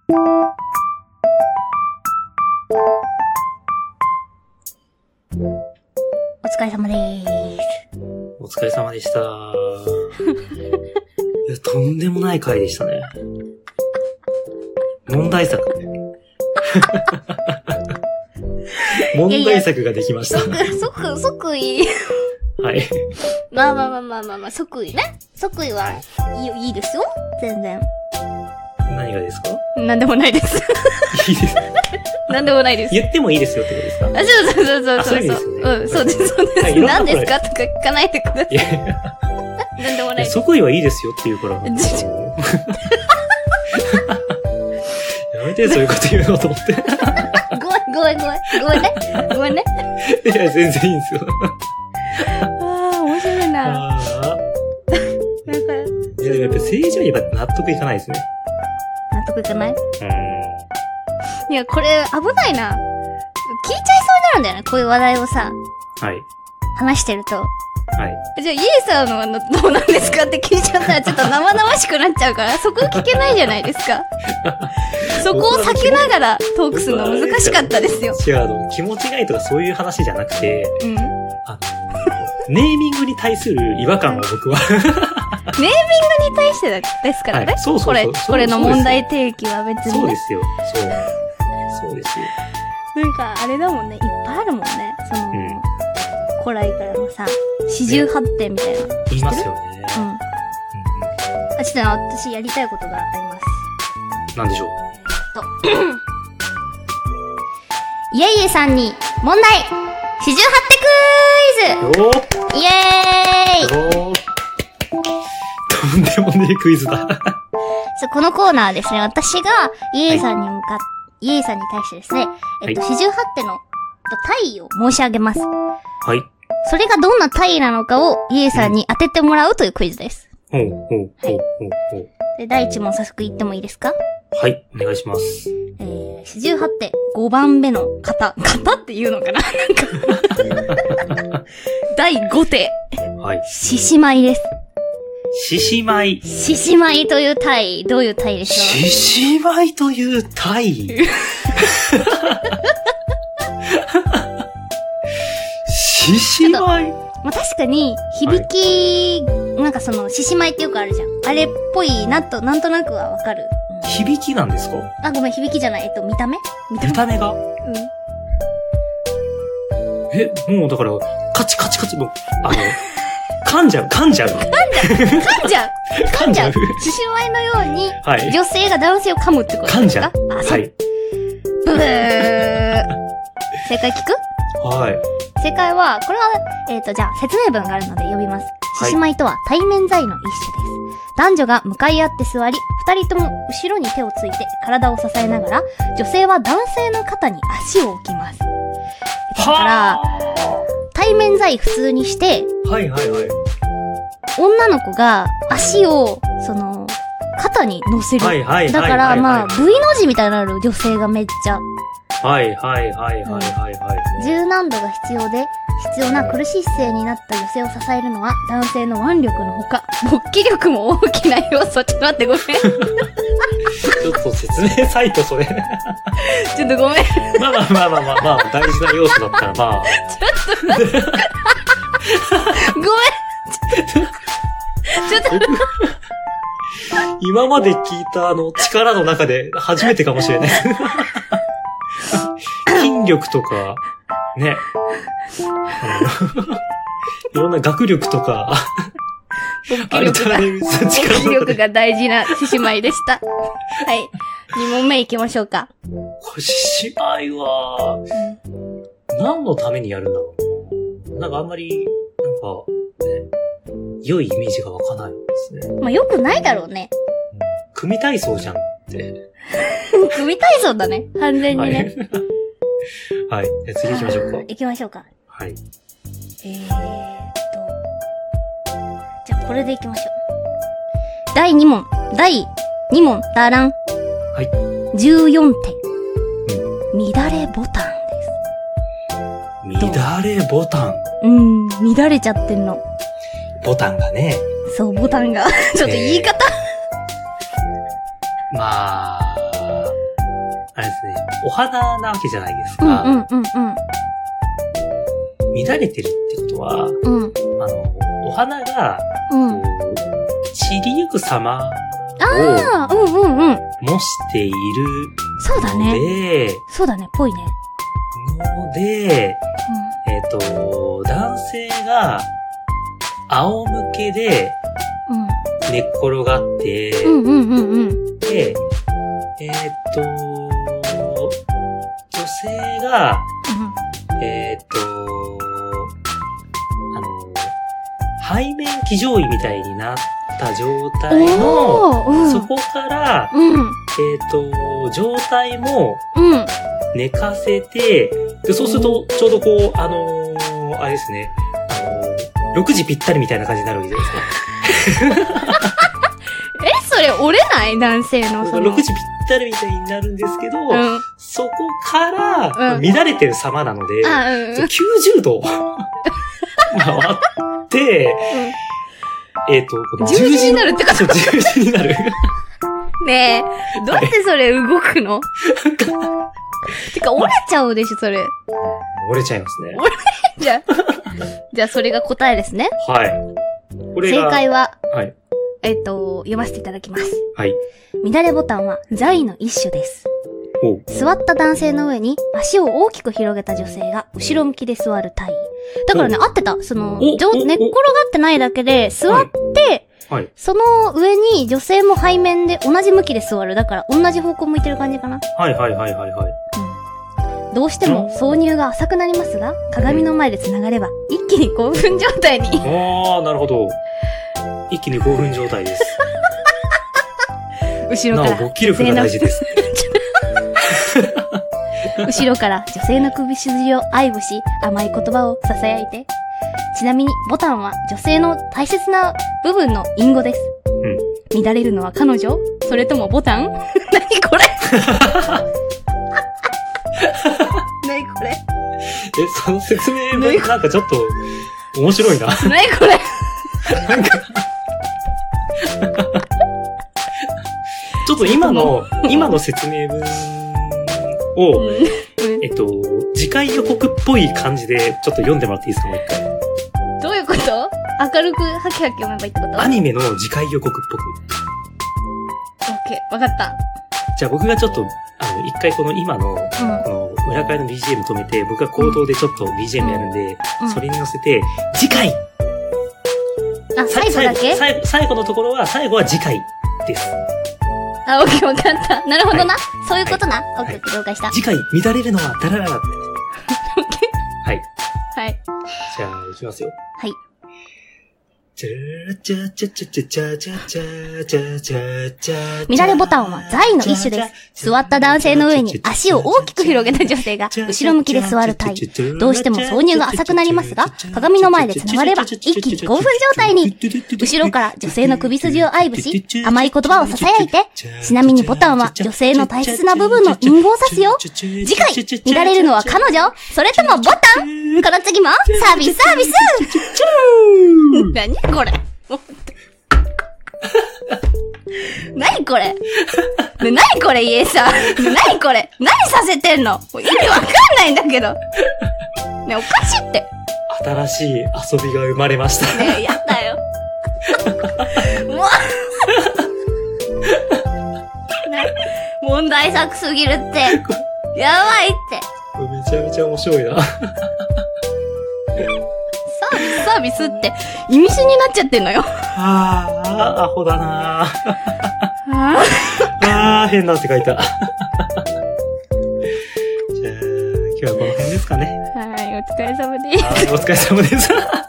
お疲れ様でーす。 お疲れ様でした。いや、とんでもない回でしたね。問題作。問題作ができました。 即位。 はい。 まあ、即位ね。即位はいいですよ。全然。 何がですか？ なんでもないです。 いいです。 なんでもないです。 言ってもいいですよってことですか？ そう。 そういう意味ですよね。 うん、そうです。何ですかとか聞かないでください。なんでもないです。 即位はいいですよって言うから。やめて、そういうこと言うのと思って。 ごめんね。 いや、全然いいんですよ。 面白いな。なんか。 いや、でもやっぱ正常にやっぱ納得いかないですね。 納得いかない？いや、これ危ないな。聞いちゃいそうになるんだよね、こういう話題をさ。 はい。 話してると。 はい。 じゃあ、イエさんのはどうなんですかって聞いちゃったらちょっと生々しくなっちゃうから、そこ聞けないじゃないですか。そこを避けながらトークするの難しかったですよ。 違う、気持ちがいいとかそういう話じゃなくて、 うん。 ネーミングに対する違和感を僕は。 ネーミングに対してですからね。はい、 そう。 これの問題提起は別に、ね。 そうですよ。そうですよ。 なんか、あれだもんね。いっぱいあるもんね。古来からのさ、四十八手みたいな。 言いますよね。 ちょっと私やりたいことがあります。 なんでしょう。 イエイエさんに問題四十八手クイズイエーイとんでもねえクイズだ。 このコーナーはですね、私がイエイさんにイエイさんに対してですね、四十八手の体位を申し上げます。 はい。 それがどんな体位なのかをイエイさんに当ててもらうというクイズです。 ほう。 で、第一問早速言ってもいいですか？ はい、お願いします。 四十八手5番目の型っていうのかななんか第5手。 はい。 獅子舞です。 獅子舞。 獅子舞という体位、どういう体位でしょう？ 獅子舞という体位獅子舞。 まあ、確かに、響き、なんか獅子舞ってよくあるじゃん。あれっぽいなんとなくはわかる。 響きなんですか？ あ、ごめん、響きじゃない。見た目がもうだから、カチカチの、噛んじゃう。 獅子舞のように、はい、女性が男性を噛むってことですか？ 噛んじゃう。はい。 ブー正解聞く？ はい。 正解は、これは、じゃあ、説明文があるので読みます。獅子舞とは対面座位の一種です。男女が向かい合って座り、二人とも後ろに手をついて体を支えながら、女性は男性の肩に足を置きます。だから、対面座位普通にして、女の子が足を、肩に乗せる。だから、まあ、V の字みたいになる女性がめっちゃ。柔軟度が必要な苦しい姿勢になった女性を支えるのは男性の腕力のほか、勃起力も大きな要素。ちょっと待ってごめん。ちょっと説明サイトそれ。 ちょっとごめん。 まあ、大事な要素だったらまあ。 ちょっと待って。ごめん。ちょっと。 今まで聞いた力の中で初めてかもしれない。筋力とか、ね。いろんな学力とか、 勃起力が大事な獅子舞でした。はい。2問目行きましょうか。 獅子舞は、何のためにやるんだろう。なんかあんまり、良いイメージが湧かないですね。 まあ、良くないだろうね。 組体操じゃんって。 組体操だね。完全にね。 はい。次行きましょうか。 行きましょうか。 はい。 じゃあこれで行きましょう。第2問、ダラン。 はい。 14手。乱れボタンです。 乱れボタン。乱れちゃってんの。 ボタンがね。 そう、ボタンが。ちょっと言い方。 まあ、 あれですね、お花なわけじゃないですうんか。 うんうん乱れてるってことは、 うん。 お花が、 うん。 こう散りゆく様をああ、うんうんうん。 模しているのそうだね。 で、 そうだね、ぽいね。 男性が仰向けで寝っ転がって、 うん。うんうんうんうん。 で、女性が、背面騎乗位みたいになった状態の、 おー、うん。 そこから、 うん。 状態もうん。 寝かせて、で、そうすると、ちょうどこう、あれですね、6時ぴったりみたいな感じになるわけじゃないですか。 それ折れない男性のその。 6時ぴったりみたいになるんですけど、 うん。 そこからうん乱れてる様なので、 あ、うん。 90度回って、この十字になるってことそう、十字になる。 ねえ、どうしてそれ動くのてか、折れちゃうでしょ、それ。 折れちゃいますね。 じゃあそれが答えですね。 はい。これが正解は、 はい。 読ませていただきます。 はい。 乱れボタンは座位の一種です。 おう。 座った男性の上に足を大きく広げた女性が後ろ向きで座る体位。だからね、合ってた。その、寝っ転がってないだけで、座って、 はい。 その上に女性も背面で同じ向きで座る。だから同じ方向向いてる感じかな。 はいはいはいはいはい。 どうしても挿入が浅くなりますが、鏡の前で繋がれば、一気に興奮状態に。 ああ、なるほど。一気に興奮状態です。 後ろから。 なお、勃起力が大事です。 後ろから女性の首筋を愛撫し、甘い言葉を囁いて。ちなみに、ボタンは女性の大切な部分の隠語です。乱れるのは彼女？それともボタン？何これ何これその説明文なんかちょっと面白いな。 何これなんかちょっと今の説明文を、次回予告っぽい感じでちょっと読んでもらっていいですか、もう一回。 どういうこと？明るくハキハキ読めばいいってこと？ アニメの次回予告っぽく。 オッケー、わかった。 じゃあ僕がちょっと、一回この今の、この裏会の BGM 止めて、僕が口頭でちょっと BGM やるんで、それに乗せて、次回あ、最後だけ？ 最後のところは、最後は次回です。 あ、オッケーわかった。なるほどな。そういうことな。オッケー、了解した。 次回、乱れるのはダラララって。はい。 はい。 じゃあ、いきますよ。 はい。乱れボタンは座位の一種です。座った男性の上に足を大きく広げた女性が後ろ向きで座る体位。どうしても挿入が浅くなりますが、鏡の前で繋がれば一気に興奮状態に。後ろから女性の首筋を愛撫し、甘い言葉を囁いて。ちなみにボタンは女性の大切な部分の隠語を指すよ。次回、乱れるのは彼女？それともボタン？この次もサービス何これ何これ何これイエさん何これ何させてんの意味わかんないんだけど。ね、おかしいって。 新しい遊びが生まれました。 ねえ、やだよ。もう。ね、問題作すぎるって。やばいって。 めちゃめちゃ面白いな。 サービスって意味深になっちゃってんのよ。 アホだな変な汗かいた。じゃあ、今日はこの辺ですかね。 はい、お疲れ様です。 お疲れ様です。